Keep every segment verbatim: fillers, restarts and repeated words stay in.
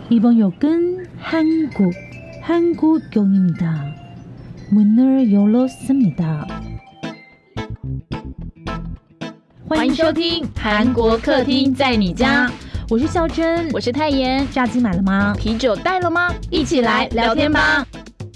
이번 역은 한국, 한국역입니다. 문을 열었습니다. 欢迎收听韩国客厅在你家， 我是孝珍， 我是泰妍。 炸鸡买了吗？ 啤酒带了吗？一起来聊天吧。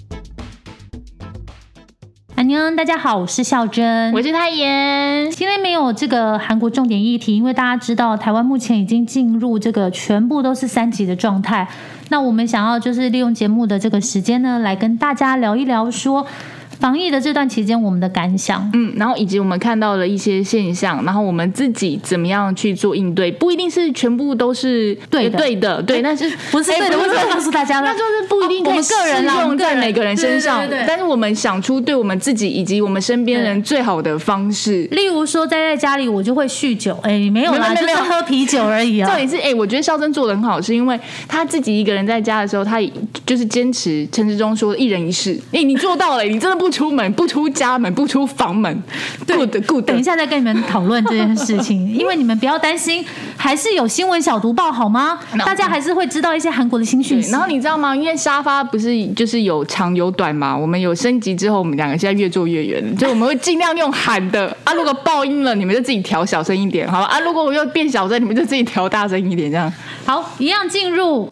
안녕，大家好，我是孝珍， 我是泰妍。 今天没有这个韩国重点议题，因为大家知道台湾目前已经进入这个全部都是三级的状态。那我们想要就是利用节目的这个时间呢，来跟大家聊一聊说防疫的这段期间我们的感想， 嗯，然后以及我们看到了一些现象，然后我们自己怎么样去做应对，不一定是全部都是对的，对的，对，但是不是对的，我怎么告诉大家呢？ 那就是不一定可以适用在每个人身上， 对对对对， 但是我们想出对我们自己以及我们身边人最好的方式。 例如说，待在家里我就会酗酒，哎，没有啦，就是喝啤酒而已啊。 重点是，哎，我觉得孝珍做得很好，是因为他自己一个人在家的时候，他就是坚持陈时中说的一人一室，哎，你做到了，你真的不出门，不出家门，不出房门。good good。 等一下再跟你们讨论这件事情，因为你们不要担心，还是有新闻小读报好吗？大家还是会知道一些韩国的新讯息。 然后你知道吗？因为沙发不是就是有长有短嘛，我们有升级之后，我们两个现在越做越远，就我们会尽量用喊的啊。如果爆音了，你们就自己调小声一点，好吧？啊，如果我又变小声，你们就自己调大声一点，这样。 好，一样进入。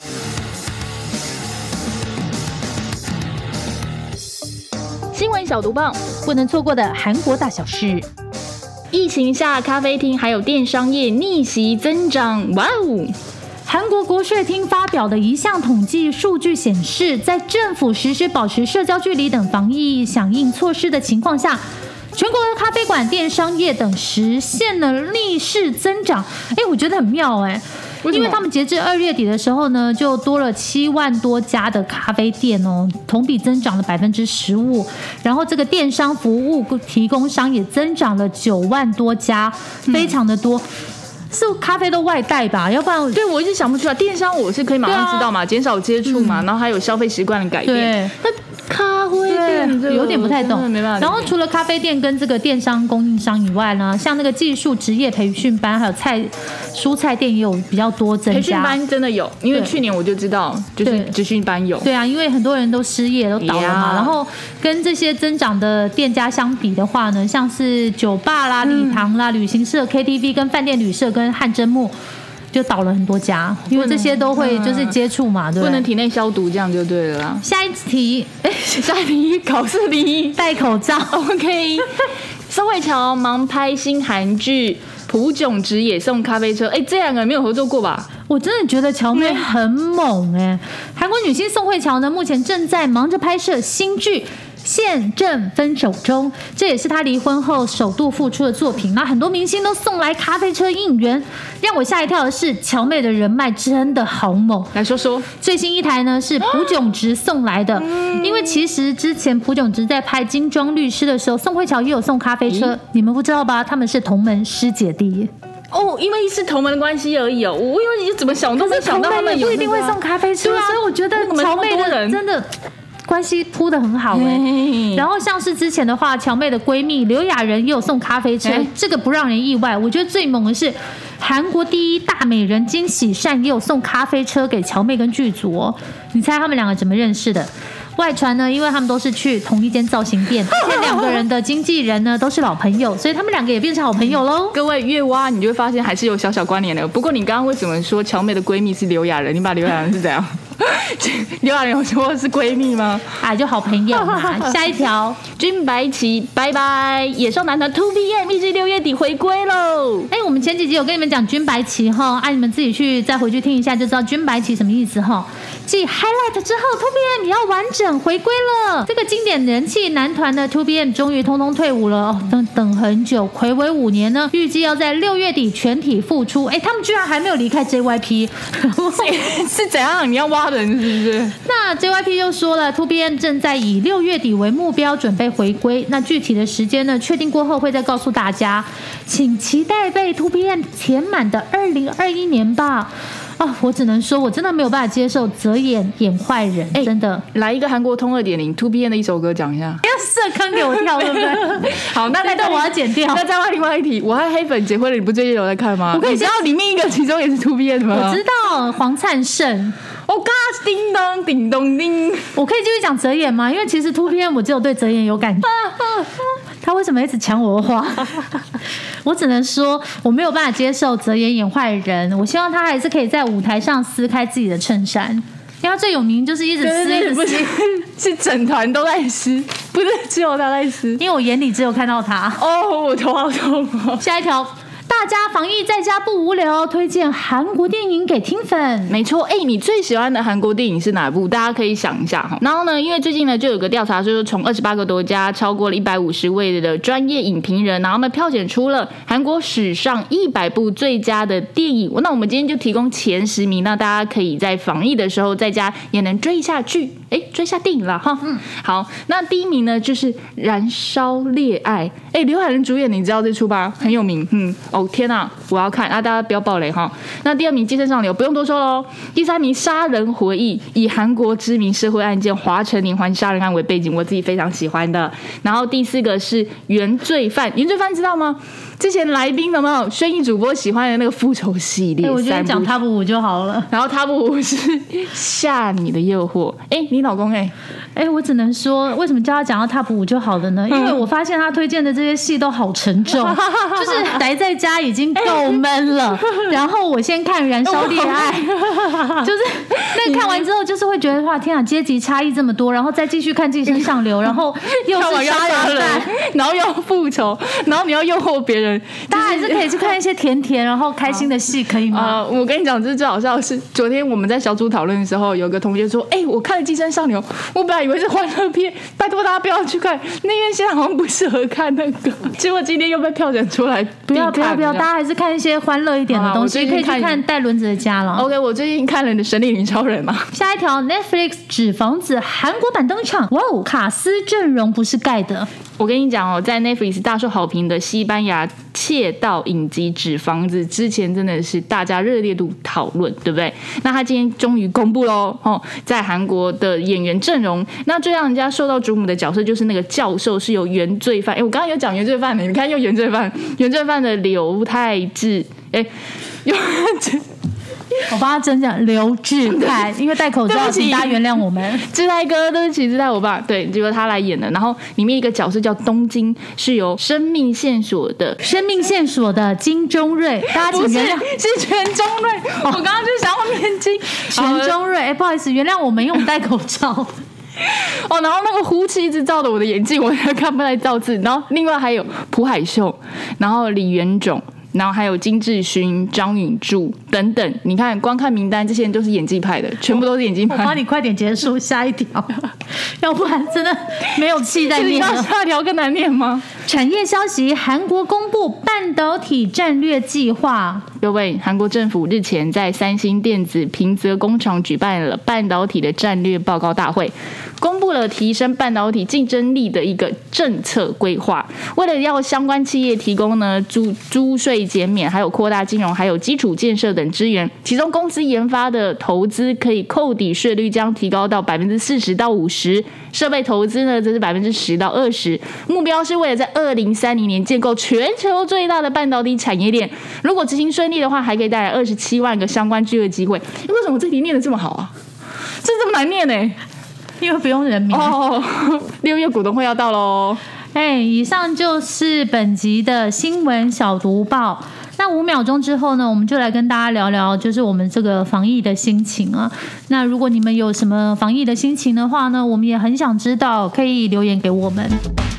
新闻小读报， 不能错过的韩国大小事。 疫情下，咖啡厅还有电商业逆袭增长，哇哦！ 韩国国税厅发表的一项统计数据显示，在政府实施保持社交距离等防疫响应措施的情况下，全国的咖啡馆、电商业等实现了逆势增长。哎，我觉得很妙哎。因为他们截至二月底的时候呢，就多了七万多家的咖啡店哦，同比增长了百分之十五。然后这个电商服务提供商也增长了九万多家，非常的多。是咖啡的外带吧？要不然对我一直想不出来。电商我是可以马上知道嘛，减、啊、少接触嘛、嗯，然后还有消费习惯的改变。那咖啡店有点不太懂， 没办法。 然后除了咖啡店跟这个电商供应商以外呢，像那个技术职业培训班，还有菜蔬菜店也有比较多增加。 培训班真的有，因为去年我就知道，就是职训班有。 对啊，因为很多人都失业都倒了嘛。Yeah. 然后跟这些增长的店家相比的话呢，像是酒吧啦、礼堂啦、嗯、旅行社、K T V 跟饭店旅社跟汗蒸幕。就倒了很多家，因为这些都会就是接触嘛，对不对？ 不能体内消毒，这样就对了啦。 下一题， 下一题考试题， 戴口罩。 OK。宋慧乔忙拍新韩剧，朴炯植也送咖啡车。哎，这两个人没有合作过吧？ 我真的觉得乔妹很猛哎、欸！韩国女星宋慧乔呢，目前正在忙着拍摄新剧。现正分手中，这也是她离婚后首度复出的作品。那很多明星都送来咖啡车应援，让我吓一跳的是，乔妹的人脉真的好猛。 来说说， 最新一台呢是朴炯植送来的，因为其实之前朴炯植在拍《金装律师》的时候，宋慧乔也有送咖啡车，你们不知道吧？他们是同门师姐弟。 哦，因为是同门的关系而已哦。我以为你怎么想都没想到他们有、那個、 不一定会送咖啡车， 对啊， 所以我觉得乔妹的人真的。关系铺得很好哎、欸，然后像是之前的话，乔妹的闺蜜刘亚仁也有送咖啡车，这个不让人意外。我觉得最猛的是韩国第一大美人金喜善也有送咖啡车给乔妹跟剧组哦。你猜他们两个怎么认识的？外传呢，因为他们都是去同一间造型店，而且两个人的经纪人呢都是老朋友，所以他们两个也变成好朋友喽。 各位越挖，你就会发现还是有小小关联的。不过你刚刚为什么说乔妹的闺蜜是刘亚仁？你把刘亚仁是怎样？刘亚仁有说是闺蜜吗？ 啊，就好朋友嘛。下一条， 君白棋拜拜，野兽男团 two P M 预计六月底回归喽。 哎，我们前几集有跟你们讲君白棋哈，啊，你们自己去再回去听一下就知道君白棋什么意思哈。继 highlight 之后 two P M 也要完整回归了。这个经典人气男团的 two P M 终于通通退伍了，哦、等等很久，睽违五年呢，预计要在六月底全体复出。哎，他们居然还没有离开 J Y P， 是怎样？你要挖人是不是？ 那 J Y P 就说了 two P M 正在以六月底为目标准备回归，那具体的时间呢，确定过后会再告诉大家，请期待被 two P M 填满的二零二一年吧。 哦，我只能说，我真的没有办法接受泽演演坏人，欸、真的。 来一个韩国通 二点零 two P M 的一首歌讲一下， 不要设坑给我跳，对不对？ 好，那那段我要剪掉。 那再问另外一题，我和黑粉结婚了，你不最近有在看吗？ 我跟你知道里面一个其中也是 two P M 的吗？ 我知道黄灿盛。 哦，嘎叮当叮咚叮。 我可以继续讲泽演吗？因为其实 two P M 我只有对泽演有感觉。他为什么一直抢我的话？我只能说我没有办法接受泽演演坏人。我希望他还是可以在舞台上撕开自己的衬衫，因为他最有名就是一直撕，一直撕， 是整团都在撕，不是只有他在撕。 因为我眼里只有看到他。 哦，我头好痛哦。 下一条。大家防疫在家不无聊，推荐韩国电影给听粉。 没错，哎、欸，你最喜欢的韩国电影是哪部？大家可以想一下哈。然后呢，因为最近呢就有个调查，就是从二十八个国家，超过了一百五十位的专业影评人，然后呢票选出了韩国史上一百部最佳的电影。那我们今天就提供前十名，那大家可以在防疫的时候在家也能追下剧，哎，追下电影了哈。嗯，好，那第一名呢就是《燃烧烈爱》，哎，刘海仁主演，你知道这出吧？很有名，嗯。哦天哪，我要看啊！大家不要爆雷哈。那第二名《寄生上流》不用多说喽。第三名《杀人回忆》，以韩国知名社会案件华城连环杀人案为背景，我自己非常喜欢的。然后第四个是《原罪犯》，原罪犯知道吗？之前来宾有没有轩逸主播喜欢的那个复仇系列？ 欸、我觉得讲 Top 五就好了。 然后 Top 五是吓你的诱惑。哎、欸，你老公哎、欸， 哎、欸，我只能说，为什么叫他讲到 Top 五就好了呢？因为我发现他推荐的这些戏都好沉重，就是宅在家已经够闷了。然后我先看《燃烧烈爱》，就是那看完之后，就是会觉得哇，天啊，阶级差异这么多，然后再继续看《寄生上流》，然后又是杀人犯， 然后又要复仇，然后你要诱惑别人。 大家还是可以去看一些甜甜然后开心的戏，可以吗？ 呃，我跟你讲，这是最好笑的是，昨天我们在小组讨论的时候，有个同学说：“哎、欸，我看了《寄生上流》，我本来以为是欢乐片，拜托大家不要去看，那院现在好像不适合看那个。”结果今天又被票选出来， 不要不要不要，大家还是看一些欢乐一点的东西，可以去看带轮子的家了。 OK， 我最近看了《神力女超人》嘛。 下一条 Netflix《纸房子》韩国版登场，哇哦，卡斯阵容不是盖的。 我跟你讲哦，在 Netflix 大受好评的西班牙窃盗影集《纸房子》之前真的是大家热烈度讨论，对不对？那他今天终于公布喽哦，在韩国的演员阵容，那最让人家受到瞩目的角色就是那个教授，是由原罪犯，哎，我刚刚有讲原罪犯的，你看又原罪犯，原罪犯的刘泰智，哎，有。 我帮他真讲刘志泰，因为戴口罩，请大家原谅我们。 志泰哥，对不起，志泰我爸，对，结果他来演的。然后里面一个角色叫东京，是由生命线索的生命线索的金钟瑞，大家请原谅， 是全钟瑞。我刚刚就想要念经， 全钟瑞，哎，不好意思，原谅我们，因为我们戴口罩。 哦，然后那个呼气一直照着我的眼镜，我也看不太到字。然后另外还有朴海秀，然后李元种。然后还有金智勋、张允柱等等，你看光看名单，这些人都是演技派的，全部都是演技派。 我帮你快点结束下一条，要不然真的没有气在念了。 你知道下一条更难念吗？ 产业消息：韩国公布半导体战略计划。 各位，韩国政府日前在三星电子平泽工厂举办了半导体的战略报告大会，公布了提升半导体竞争力的一个政策规划。为了要相关企业提供呢租租税减免，还有扩大金融，还有基础建设等资源，其中公司研发的投资可以扣抵税率将提高到百分之四十到五十，设备投资呢则是百分之十到二十。目标是为了在二零三零年建构全球最大的半导体产业链。如果执行顺利的话，还可以带来二十七万个相关就业机会。为什么这题念得这么好啊？这这么难念呢、欸？ 因为不用人名哦。六月股东会要到喽。 哎，以上就是本集的新闻小读报。那五秒钟之后呢，我们就来跟大家聊聊，就是我们这个防疫的心情啊。那如果你们有什么防疫的心情的话呢，我们也很想知道，可以留言给我们。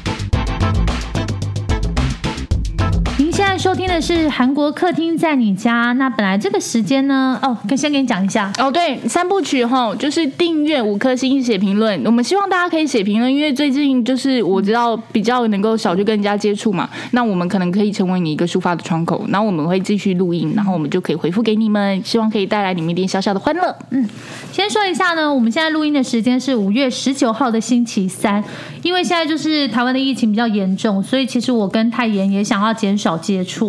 现在收听的是韩国客厅在你家。那本来这个时间呢，哦，先给你讲一下哦，对，三部曲哈，就是订阅五颗星写评论。我们希望大家可以写评论，因为最近就是我知道比较能够少去跟人家接触嘛，那我们可能可以成为你一个抒发的窗口，然后我们会继续录音，然后我们就可以回复给你们，希望可以带来你们一点小小的欢乐。 嗯，先说一下呢，我们现在录音的时间是五月十九号的星期三，因为现在就是台湾的疫情比较严重，所以其实我跟泰妍也想要减少接触。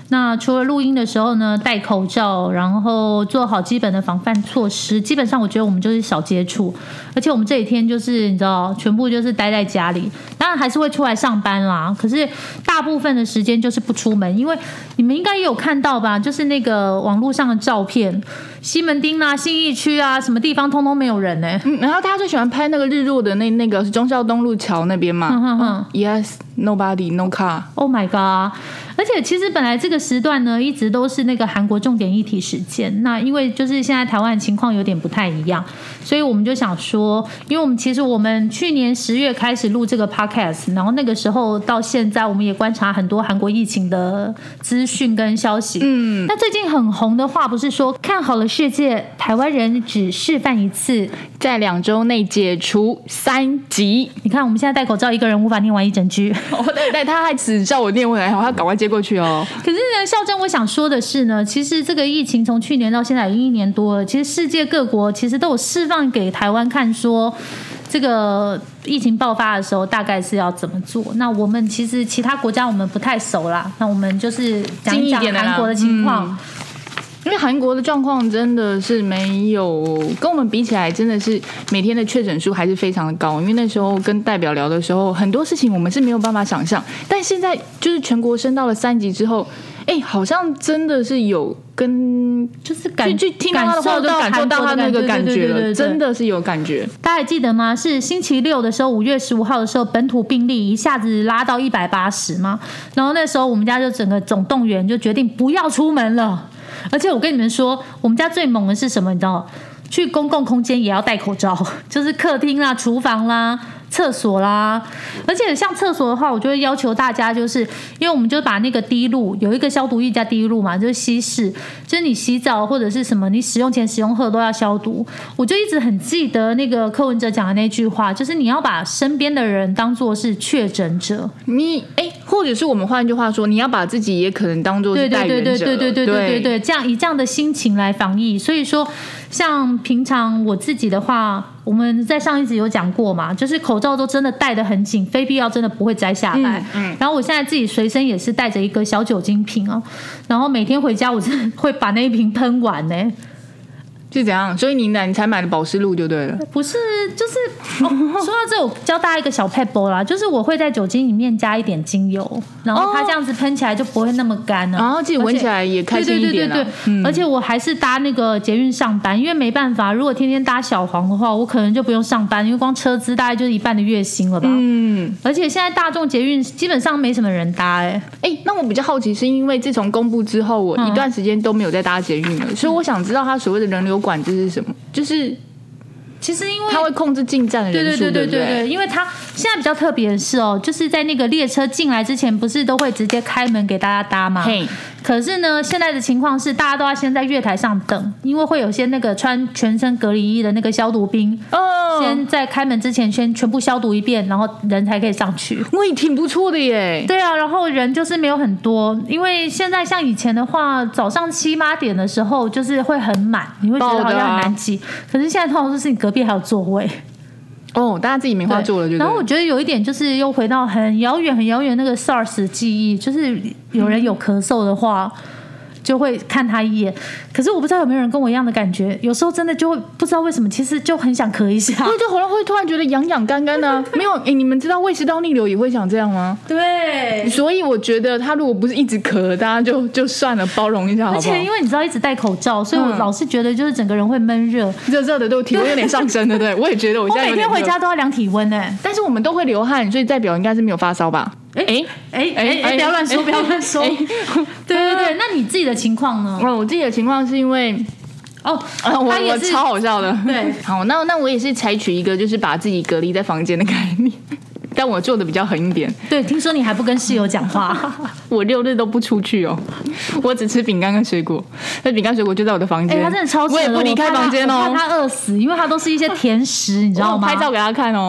那除了录音的时候呢，戴口罩，然后做好基本的防范措施。基本上我觉得我们就是少接触，而且我们这几天就是你知道，全部就是待在家里。当然还是会出来上班啦，可是大部分的时间就是不出门，因为你们应该也有看到吧，就是那个网络上的照片，西门町啦、信义区啊，什么地方通通没有人呢、欸嗯。然后大家最喜欢拍那个日落的那那个是忠孝东路桥那边嘛、 嗯哼哼 ？Yes, nobody, no car。Oh my god！ 而且其实本来这个时段呢，一直都是那个韩国重点议题时间。那因为就是现在台湾情况有点不太一样，所以我们就想说，因为我们其实我们去年十月开始录这个 podcast， 然后那个时候到现在，我们也观察很多韩国疫情的资讯跟消息。嗯，那最近很红的话，不是说看好了世界，台湾人只示范一次， 在两周内解除三级。 你看我们现在戴口罩，一个人无法念完一整句。 哦，对对，他还只叫我念完，好，他赶快接过去哦。 可是呢，孝珍，我想说的是呢，其实这个疫情从去年到现在已经一年多了，其实世界各国其实都有释放给台湾看说，这个疫情爆发的时候大概是要怎么做。那我们其实其他国家我们不太熟啦，那我们就是讲一讲韩国的情况。嗯， 因为韩国的状况真的是没有跟我们比起来，真的是每天的确诊数还是非常的高。因为那时候跟代表聊的时候，很多事情我们是没有办法想象，但现在就是全国升到了三级之后，哎，好像真的是有跟就是感就听到他的话就感受到他那个感觉了，真的是有感觉。 大家还记得吗？是星期六的时候，五月十五号的时候，本土病例一下子拉到一百八十嘛，然后那时候我们家就整个总动员，就决定不要出门了。而且我跟你们说，我们家最猛的是什么？你知道，去公共空间也要戴口罩，就是客厅啦、厨房啦、厕所啦。而且像厕所的话，我就会要求大家，就是因为我们就把那个滴露有一个消毒液加滴露嘛，就是稀释，就是你洗澡或者是什么，你使用前、使用后都要消毒。我就一直很记得那个柯文哲讲的那句话，就是你要把身边的人当作是确诊者， 你哎，或者是我们换句话说，你要把自己也可能当作是带源者， 对对对对对对对对对，这样以这样的心情来防疫。所以说，像平常我自己的话，我们在上一集有讲过嘛，就是口罩都真的戴得很紧，非必要真的不会摘下来。嗯嗯、然后我现在自己随身也是带着一个小酒精瓶啊，然后每天回家我真的会把那一瓶喷完呢、欸。 是怎样？所以你你才买的保湿露就对了。 不是，就是、哦、说到这，我教大家一个小 pebble 啦，就是我会在酒精里面加一点精油，然后它这样子喷起来就不会那么干了， 然后自己闻起来也开心一点了。 对对对对对、嗯，而且我还是搭那个捷运上班，因为没办法，如果天天搭小黄的话，我可能就不用上班，因为光车资大概就是一半的月薪了吧。嗯，而且现在大众捷运基本上没什么人搭、欸，哎哎，那我比较好奇，是因为自从公布之后，我一段时间都没有在搭捷运了，嗯、所以我想知道它所谓的人流管制是什么？就是其实因为它会控制进站的人数， 对对对对 对, 对, 对，因为它现在比较特别的是哦，就是在那个列车进来之前，不是都会直接开门给大家搭吗？嘿。可是呢，现在的情况是，大家都要先在月台上等，因为会有些那个穿全身隔离衣的那个消毒兵，哦，先在开门之前先全部消毒一遍，然后人才可以上去。 我也挺不错的耶。 对啊，然后人就是没有很多，因为现在像以前的话，早上七八点的时候就是会很满，你会觉得好像很难挤。啊、可是现在通常就是你隔壁还有座位。 哦，大家自己没话做了就对。 然后我觉得有一点就是又回到很遥远很遥远那个 SARS 的记忆，就是有人有咳嗽的话，嗯、就会看他一眼。可是我不知道有没有人跟我一样的感觉，有时候真的就会不知道为什么，其实就很想咳一下， 对，就喉咙会突然觉得痒痒干干的、啊。没有，哎，你们知道胃食道逆流也会想这样吗？ 对， 所以我觉得他如果不是一直咳，大家就就算了，包容一下好不好？ 而且因为你知道一直戴口罩，所以我老是觉得就是整个人会闷热， 热热的，都体温有点上升，对不对？我也觉得我现在有点热， 我每天回家都要量体温哎， 但是我们都会流汗，所以代表应该是没有发烧吧？哎哎哎哎！不要乱说，不要乱说。对对对，那你自己的情况呢？ 哦，我自己的情况是因为哦，啊、我我超好笑的。对，好，那那我也是采取一个就是把自己隔离在房间的概念，但我做的比较狠一点。 对，听说你还不跟室友讲话， 我六日都不出去哦，我只吃饼干跟水果，那饼干水果就在我的房间。 哎、欸，他真的超扯的， 我也不离开房间哦， 我怕他饿死，因为他都是一些甜食，你知道吗？ 我拍照给他看哦。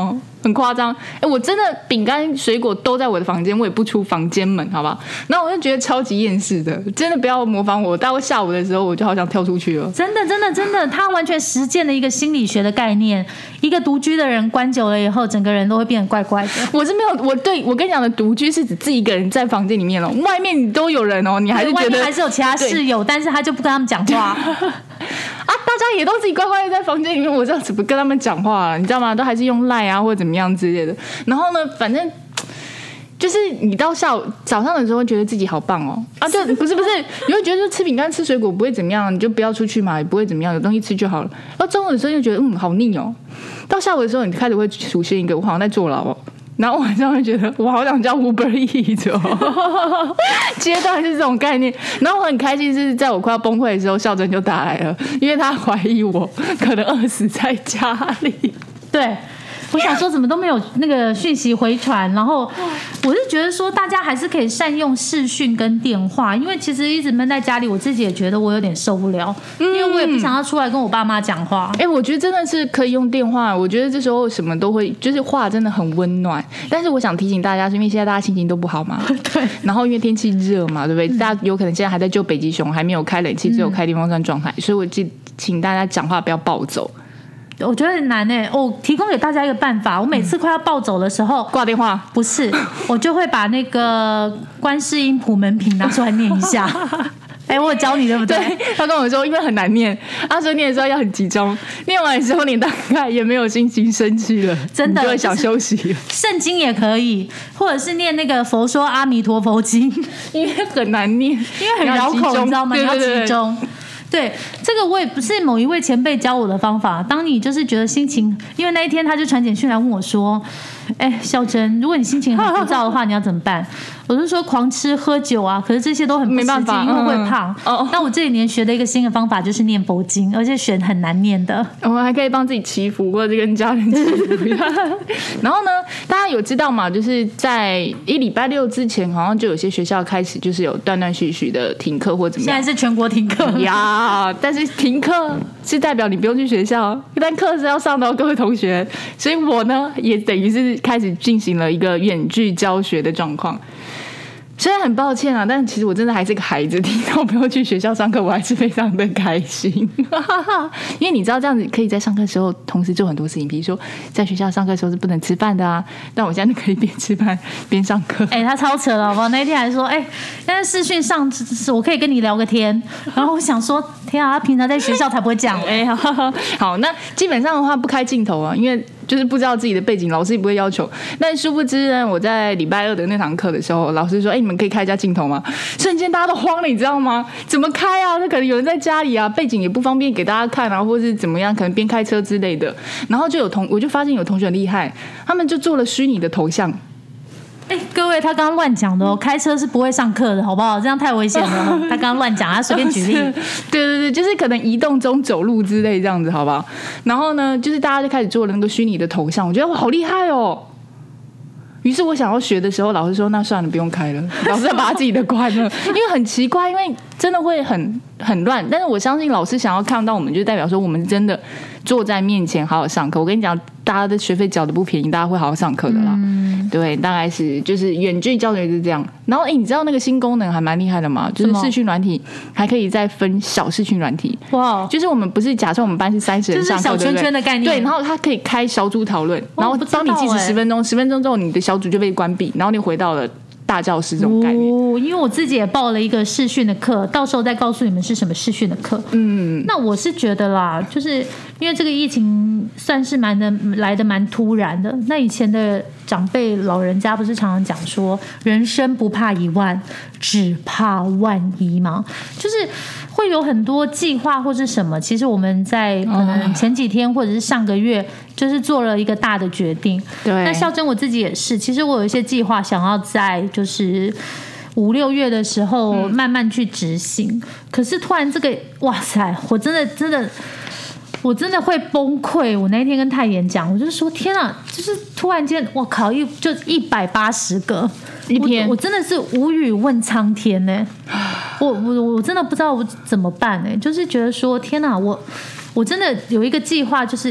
很夸张。哎，我真的饼干水果都在我的房间，我也不出房间门，好不好？然后我就觉得超级厌世的，真的不要模仿我。到下午的时候，我就好想跳出去了。 真的，真的，真的，他完全实践了一个心理学的概念。一个独居的人关久了以后，整个人都会变得怪怪的。 我是没有，我对我跟你讲的独居是指自己一个人在房间里面了，外面你都有人哦，你还是觉得外面还是有其他室友，但是他就不跟他们讲话。 啊，大家也都自己乖乖的在房间里面，我这样子不跟他们讲话了，你知道吗？都还是用 LINE 啊或者怎么样之类的。然后呢，反正就是你到下午早上的时候会觉得自己好棒哦啊，就不是不是，你会觉得说吃饼干吃水果不会怎么样，你就不要出去嘛，也不会怎么样，有东西吃就好了。到中午的时候又觉得嗯好腻哦，到下午的时候你开始会出现一个我好像在坐牢哦。然后晚上会觉得我好想叫 Uber Eats 哦，阶段是这种概念。然后我很开心是在我快要崩溃的时候，孝珍就打来了，因为他怀疑我可能饿死在家里。 对，我想说怎么都没有那个讯息回传，然后我是觉得说大家还是可以善用视讯跟电话，因为其实一直闷在家里，我自己也觉得我有点受不了，因为我也不想要出来跟我爸妈讲话。 哎、欸，我觉得真的是可以用电话，我觉得这时候什么都会，就是话真的很温暖。但是我想提醒大家，是因为现在大家心情都不好嘛， 对， 然后因为天气热嘛，对不对？嗯、大家有可能现在还在救北极熊，还没有开冷气，只有开电风扇状态，嗯、所以我请大家讲话不要暴走。 我觉得很难诶、欸，我提供给大家一个办法，我每次快要暴走的时候， 挂电话不是，我就会把那个观世音普门品拿出来念一下。哎、欸，我有教你对不对？ 对，他跟我说因为很难念，他说念的时候要很集中，念完之后你大概也没有心情生气了， 真的你就会想休息了。 圣经也可以，或者是念那个佛说阿弥陀佛经， 因为很难念，因为很绕口，你知道吗？ 对对对， 你要集中。对，这个我也不是某一位前辈教我的方法。当你就是觉得心情，因为那一天他就传简讯来问我说：“哎，孝珍，如果你心情很浮躁的话，你要怎么办？”我就说狂吃喝酒啊，可是这些都很不实际，因为会胖。嗯、那我这几年学的一个新的方法就是念佛经，而且选很难念的。 我还可以帮自己祈福，或者跟家人祈福。然后呢，大家有知道吗？就是在一礼拜六之前，好像就有些学校开始就是有断断续续的停课或怎么样。 现在是全国停课呀，但是停课是代表你不用去学校，但课是要上的、哦，各位同学。所以我呢，也等于是开始进行了一个远距教学的状况。虽然很抱歉啊，但其实我真的还是个孩子，听到不用去学校上课，我还是非常的开心。因为你知道这样子可以在上课的时候同时做很多事情，比如说在学校上课的时候是不能吃饭的啊，但我现在可以边吃饭边上课。 哎、欸，他超扯了，好不好？那天还说，哎、欸，现在视讯上我可以跟你聊个天，然后我想说，天啊，他平常在学校才不会讲。 哎、欸，好，好，那基本上的话不开镜头啊，因为就是不知道自己的背景，老师也不会要求。但殊不知呢，我在礼拜二的那堂课的时候，老师说：“哎、欸，你们可以开一下镜头吗？”瞬间大家都慌了，你知道吗？怎么开啊？那可能有人在家里啊，背景也不方便给大家看啊，或是怎么样，可能边开车之类的。然后就有同，我就发现有同学很厉害，他们就做了虚拟的头像。 哎、欸，各位，他刚刚乱讲的哦，开车是不会上课的，好不好？这样太危险了。他刚刚乱讲，他随便举例。对对对，就是可能移动中走路之类这样子，好不好？然后呢，就是大家就开始做了那个虚拟的头像，我觉得哇，好厉害哦。于是我想要学的时候，老师说那算了，不用开了。老师要把他自己的关了，因为很奇怪，因为真的会很很乱。但是我相信老师想要看到我们，就代表说我们真的坐在面前好好上课。我跟你讲，大家的学费缴的不便宜，大家会好好上课的啦。嗯、对，大概是就是远距教学就是这样。然后哎，你知道那个新功能还蛮厉害的吗？就是视讯软体还可以再分小视讯软体。哇！就是我们不是假设我们班是三十人上课， 就是小圈圈的概念。 对，然后它可以开小组讨论，然后当你计时十分钟，十分钟之后你的小组就被关闭，然后你回到了大教室这种概念。 哦，因为我自己也报了一个视讯的课，到时候再告诉你们是什么视讯的课。嗯，那我是觉得啦，就是因为这个疫情算是蛮的来的蛮突然的。那以前的长辈老人家不是常常讲说，人生不怕一万，只怕万一吗？就是会有很多计划或是什么，其实我们在可能前几天或者是上个月，就是做了一个大的决定。对，那孝珍我自己也是，其实我有一些计划想要在就是五六月的时候慢慢去执行，嗯、可是突然这个哇塞，我真的真的。我真的会崩溃。我那一天跟泰妍讲，我就说天啊，就是突然间，我靠，一就一百八十个一天， 我, 我真的是无语问苍天呢、欸。我我我真的不知道我怎么办呢、欸，就是觉得说天啊，我我真的有一个计划，就是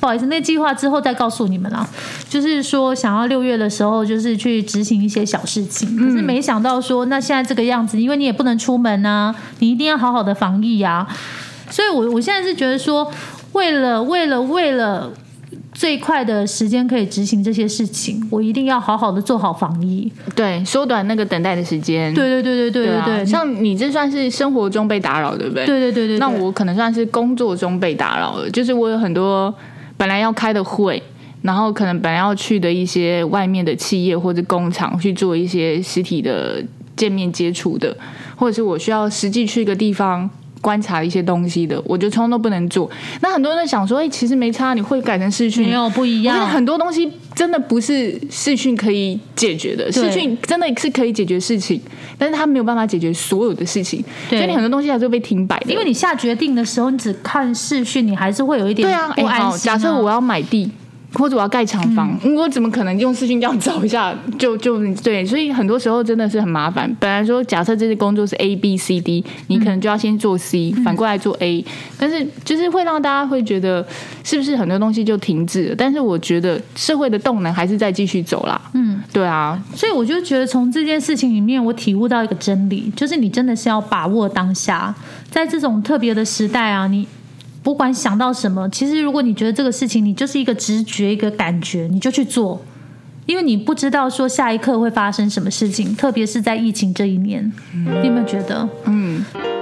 不好意思，那计划之后再告诉你们啦。就是说想要六月的时候就是去执行一些小事情，可是没想到说那现在这个样子，因为你也不能出门啊，你一定要好好的防疫啊。所以我我现在是觉得说，为了为了为了最快的时间可以执行这些事情，我一定要好好的做好防疫， 对，缩短那个等待的时间。 对对对对对对对、啊， 像你这算是生活中被打扰，对不对？ 对对对 对, 对。 那我可能算是工作中被打扰了，就是我有很多本来要开的会，然后可能本来要去的一些外面的企业或者工厂去做一些实体的见面接触的，或者是我需要实际去一个地方观察一些东西的，我就通通都不能做。那很多人想说，哎、欸，其实没差，你会改成视讯， 没有不一样。 很多东西真的不是视讯可以解决的，视讯真的是可以解决事情，但是它没有办法解决所有的事情，所以你很多东西还是会被停摆的。 因为你下决定的时候，你只看视讯，你还是会有一点不安心、啊。 对啊，假设我要买地。或者我要盖厂房、嗯，我怎么可能用视讯这样找一下就就对？所以很多时候真的是很麻烦。本来说假设这些工作是 A B C D， 你可能就要先做 C，、嗯、反过来做 A， 但是就是会让大家会觉得是不是很多东西就停滞了？但是我觉得社会的动能还是在继续走啦。嗯，对啊， 所以我就觉得从这件事情里面，我体悟到一个真理，就是你真的是要把握当下，在这种特别的时代啊，你。不管想到什么，其实如果你觉得这个事情你就是一个直觉一个感觉，你就去做，因为你不知道说下一刻会发生什么事情，特别是在疫情这一年、嗯、你有没有觉得嗯，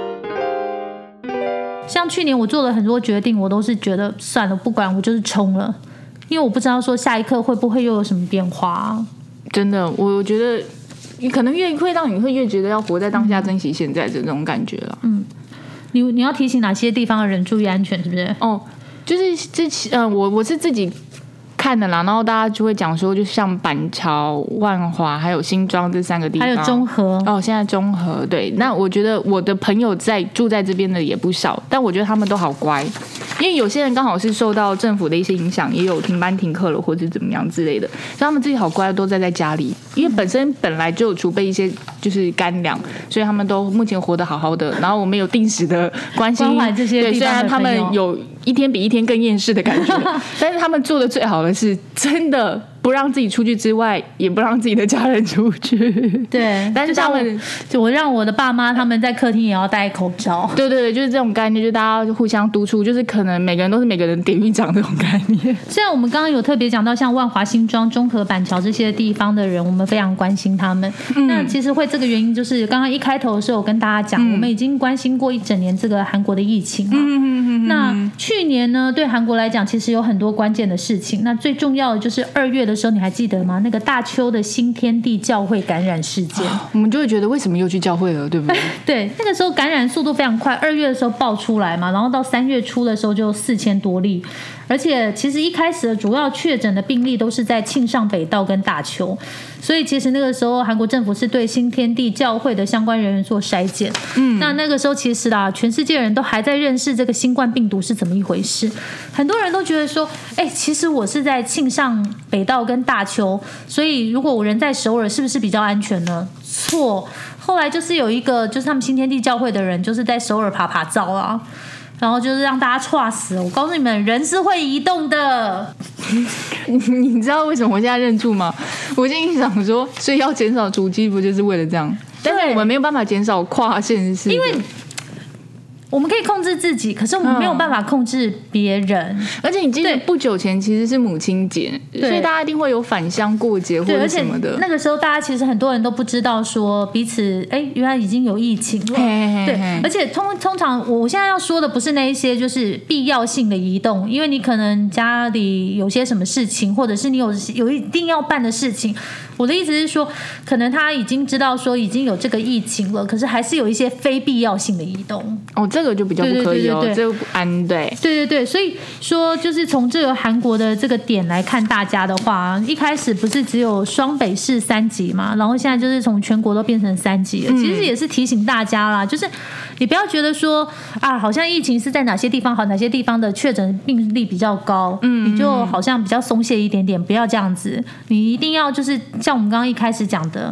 像去年我做了很多决定，我都是觉得算了不管，我就是冲了，因为我不知道说下一刻会不会又有什么变化。 真的我觉得你可能越会让你会越觉得要活在当下、嗯、珍惜现在这种感觉了。嗯， 你你要提醒哪些地方的人注意安全，是不是？ 哦，就是这呃，我我是自己看的啦，然后大家就会讲说，就像板桥、万华还有新庄这三个地方， 还有中和哦，现在中和对。那我觉得我的朋友在住在这边的也不少，但我觉得他们都好乖，因为有些人刚好是受到政府的一些影响，也有停班停课了或者怎么样之类的，所以他们自己好乖，都在在家里，因为本身本来就有储备一些就是干粮，所以他们都目前活得好好的。然后我们有定时的关心关怀这些地方的朋友，对，虽然他们有一天比一天更厌世的感觉，但是他们做的最好的是真的不让自己出去之外，也不让自己的家人出去。 对， 但是他们就我让我的爸妈他们在客厅也要戴口罩。 对对对，就是这种概念，就是大家互相督促，就是可能每个人都是每个人典狱长这种概念。 虽然我们刚刚有特别讲到像万华、新庄、中和、板桥这些地方的人，我们非常关心他们。嗯、那其实会这个原因就是刚刚一开头的时候我跟大家讲、嗯，我们已经关心过一整年这个韩国的疫情了。嗯嗯嗯嗯。那去年呢，对韩国来讲，其实有很多关键的事情。那最重要的就是二月的时候，你还记得吗？那个大邱的新天地教会感染事件，哦、 我们就会觉得为什么又去教会了，对不对？ 对，那个时候感染速度非常快，二月的时候爆出来嘛，然后到三月初的时候就四千多例，而且其实一开始的主要确诊的病例都是在庆尚北道跟大邱，所以其实那个时候韩国政府是对新天地教会的相关人员做筛检。嗯，那那个时候其实啦，全世界人都还在认识这个新冠病毒是怎么一回事，很多人都觉得说，哎，其实我是在庆尚北道跟大邱，所以如果我人在首尔，是不是比较安全呢？错，后来就是有一个就是他们新天地教会的人，就是在首尔爬爬照啊。然后就是让大家猝死，我告诉你们，人是会移动的。 你知道为什么我现在认住吗？我心里想说，所以要减少足迹，不就是为了这样？但是我们没有办法减少跨县市， 因为我们可以控制自己，可是我们没有办法控制别人。 嗯、而且你记得不久前其实是母亲节，所以大家一定会有返乡过节或者什么的。 那个时候大家其实很多人都不知道说彼此哎，原来已经有疫情了。嘿嘿嘿对，而且通通常我现在要说的不是那一些就是必要性的移动，因为你可能家里有些什么事情，或者是你有有一定要办的事情。我的意思是说，可能他已经知道说已经有这个疫情了，可是还是有一些非必要性的移动。 哦，这个就比较不可以哦，对对对对对这个不安对。 对对对，所以说就是从这个韩国的这个点来看，大家的话，一开始不是只有双北市三级嘛，然后现在就是从全国都变成三级了。嗯、其实也是提醒大家啦，就是你不要觉得说啊，好像疫情是在哪些地方好，哪些地方的确诊病例比较高，嗯，你就好像比较松懈一点点，不要这样子。你一定要就是像我们刚刚一开始讲的。就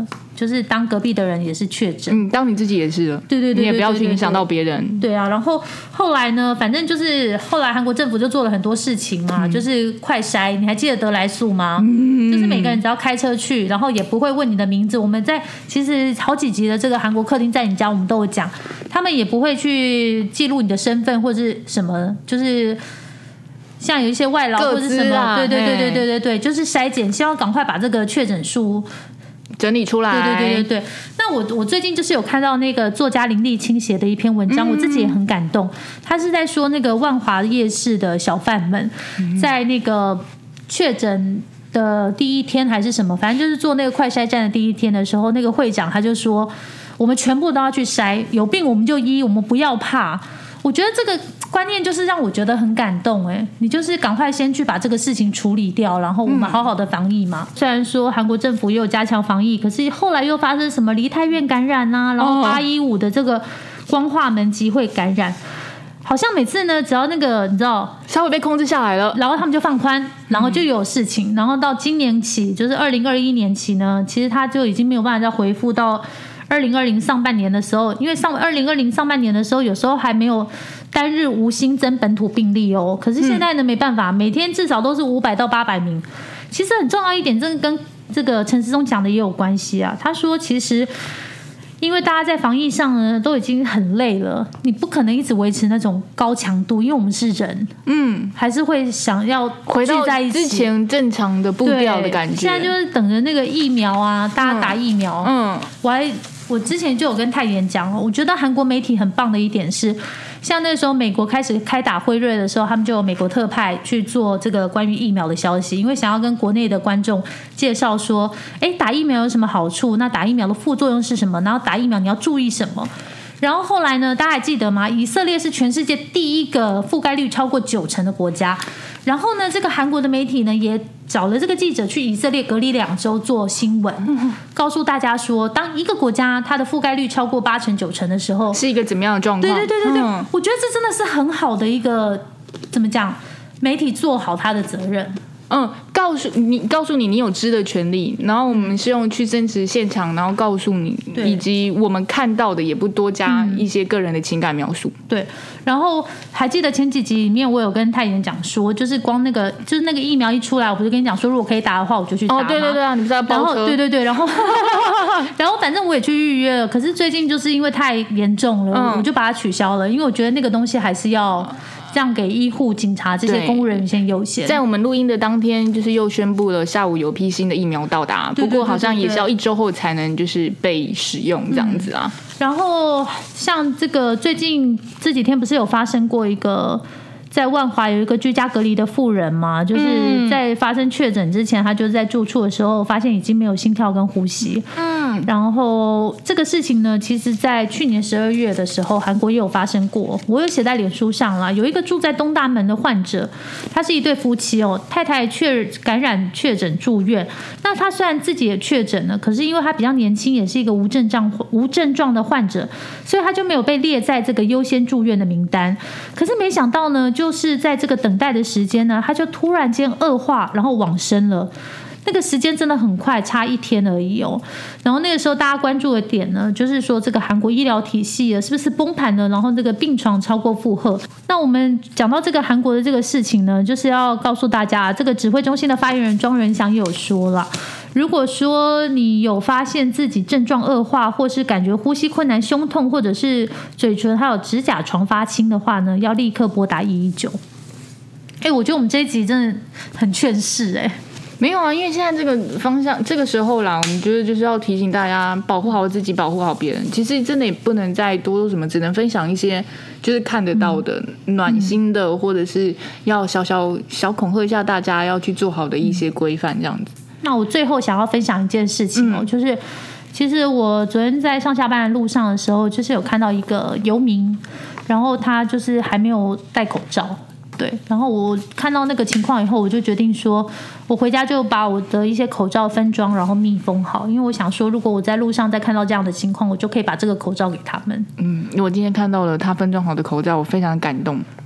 就是当隔壁的人也是确诊， 嗯，当你自己也是了， 对对 对, 对, 对, 对, 对, 你也不要去影响到别人。 对啊，然后后来呢，反正就是后来韩国政府就做了很多事情嘛，嗯、就是快筛，你还记得得来速吗？嗯、就是每个人只要开车去，然后也不会问你的名字。我们在其实好几集的这个韩国客厅在你家，我们都有讲，他们也不会去记录你的身份或者是什么，就是像有一些外劳或者什么，对对对对对对对，就是筛检，希望赶快把这个确诊数整理出来。 对对对对对。那我我最近就是有看到那个作家林立清写的一篇文章，嗯、我自己也很感动。他是在说那个万华夜市的小贩们，嗯、在那个确诊的第一天还是什么，反正就是做那个快筛站的第一天的时候，那个会长他就说，我们全部都要去筛，有病我们就医，我们不要怕。我觉得这个观念就是让我觉得很感动哎，你就是赶快先去把这个事情处理掉，然后我们好好的防疫嘛。嗯、虽然说韩国政府也有加强防疫，可是后来又发生什么梨泰院感染啊，然后八一五的这个光化门集会感染，好像每次呢只要那个你知道稍微被控制下来了， 然后他们就放宽，然后就有事情，嗯、然后到今年起就是二零二一年起呢，其实他就已经没有办法再恢复到二零二零上半年的时候，因为上二零二零上半年的时候，有时候还没有单日无新增本土病例哦。可是现在呢，没办法，每天至少都是五百到八百名。其实很重要一点，这个跟这个陈时中讲的也有关系啊。他说，其实因为大家在防疫上呢都已经很累了，你不可能一直维持那种高强度，因为我们是人，嗯，还是会想要回到之前正常的步调的感觉。 现在就是等着那个疫苗啊，大家打疫苗。嗯，嗯我还。我之前就有跟泰妍讲了，我觉得韩国媒体很棒的一点是，像那时候美国开始开打辉瑞的时候，他们就有美国特派去做这个关于疫苗的消息，因为想要跟国内的观众介绍说，哎，打疫苗有什么好处？那打疫苗的副作用是什么？然后打疫苗你要注意什么？然后后来呢，大家还记得吗？以色列是全世界第一个覆盖率超过九成的国家。然后呢，这个韩国的媒体呢也找了这个记者去以色列隔离两周做新闻，告诉大家说，当一个国家它的覆盖率超过八成九成的时候， 是一个怎么样的状况？ 对对对对对，嗯、我觉得这真的是很好的一个怎么讲，媒体做好他的责任。 嗯，告诉你，告诉你你有知的权利，然后我们是用去真实现场，然后告诉你，以及我们看到的也不多加一些个人的情感描述。嗯、 对，然后还记得前几集里面我有跟泰妍讲说，就是光那个就是那个疫苗一出来，我不是跟你讲说，如果可以打的话，我就去打吗？ 哦，对对对啊，你不是要包车？ 对对对，然后然后反正我也去预约了，可是最近就是因为太严重了，嗯、我就把它取消了，因为我觉得那个东西还是要。这样给医护、警察这些公务人员先优先。 在我们录音的当天，就是又宣布了下午有批新的疫苗到达，不过好像也是要一周后才能就是被使用这样子啊。 嗯、然后像这个最近这几天不是有发生过一个。在万华有一个居家隔离的妇人嘛，就是在发生确诊之前，她就在住处的时候发现已经没有心跳跟呼吸。嗯，然后这个事情呢，其实在去年十二月的时候，韩国也有发生过。我有写在脸书上啦，有一个住在东大门的患者，他是一对夫妻哦，太太确感染确诊住院。那他虽然自己也确诊了，可是因为他比较年轻，也是一个无症状无症状的患者，所以他就没有被列在这个优先住院的名单。可是没想到呢，就就是在这个等待的时间呢，他就突然间恶化，然后往生了。那个时间真的很快，差一天而已哦。然后那个时候大家关注的点呢，就是说这个韩国医疗体系是不是崩盘了？然后这个病床超过负荷。那我们讲到这个韩国的这个事情呢，就是要告诉大家，这个指挥中心的发言人庄仁祥也有说了。如果说你有发现自己症状恶化，或是感觉呼吸困难、胸痛，或者是嘴唇还有指甲床发青的话呢，要立刻拨打一一九。哎，我觉得我们这一集真的很劝世哎。 没有啊，因为现在这个方向，这个时候啦，我们觉得就是要提醒大家保护好自己，保护好别人。其实真的也不能再多说什么，只能分享一些就是看得到的、嗯、暖心的，嗯、或者是要小小小恐吓一下大家要去做好的一些规范这样子。 那我最后想要分享一件事情哦，嗯、就是其实我昨天在上下班的路上的时候，就是有看到一个游民，然后他就是还没有戴口罩。对，然后我看到那个情况以后，我就决定说，我回家就把我的一些口罩分装，然后密封好，因为我想说，如果我在路上再看到这样的情况，我就可以把这个口罩给他们。 嗯，因为我今天看到了他分装好的口罩，我非常感动。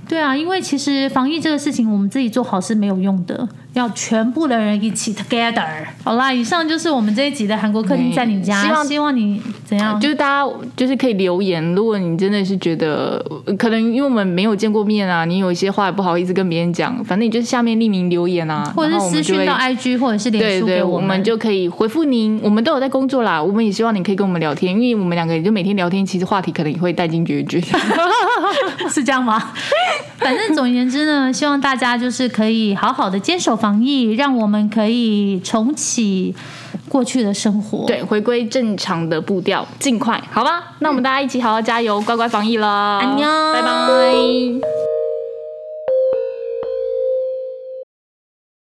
对啊，因为其实防疫这个事情，我们自己做好是没有用的，要全部的人一起 together。好啦，以上就是我们这一集的韩国客厅在你家，希望希望你怎样？ 就是大家就是可以留言，如果你真的是觉得可能因为我们没有见过面啊，你有一些话也不好意思跟别人讲，反正你就是下面匿名留言啊， 或者是私讯到 I G 或者是脸书给我们， 对对，我们就可以回复您。我们都有在工作啦，我们也希望你可以跟我们聊天，因为我们两个人就每天聊天，其实话题可能也会带进绝句， 是这样吗？反正总而言之呢，希望大家就是可以好好的坚守防疫，让我们可以重启过去的生活， 对，回归正常的步调，尽快，好吧？那我们大家一起好好加油，乖乖防疫了， 安妞， 拜拜。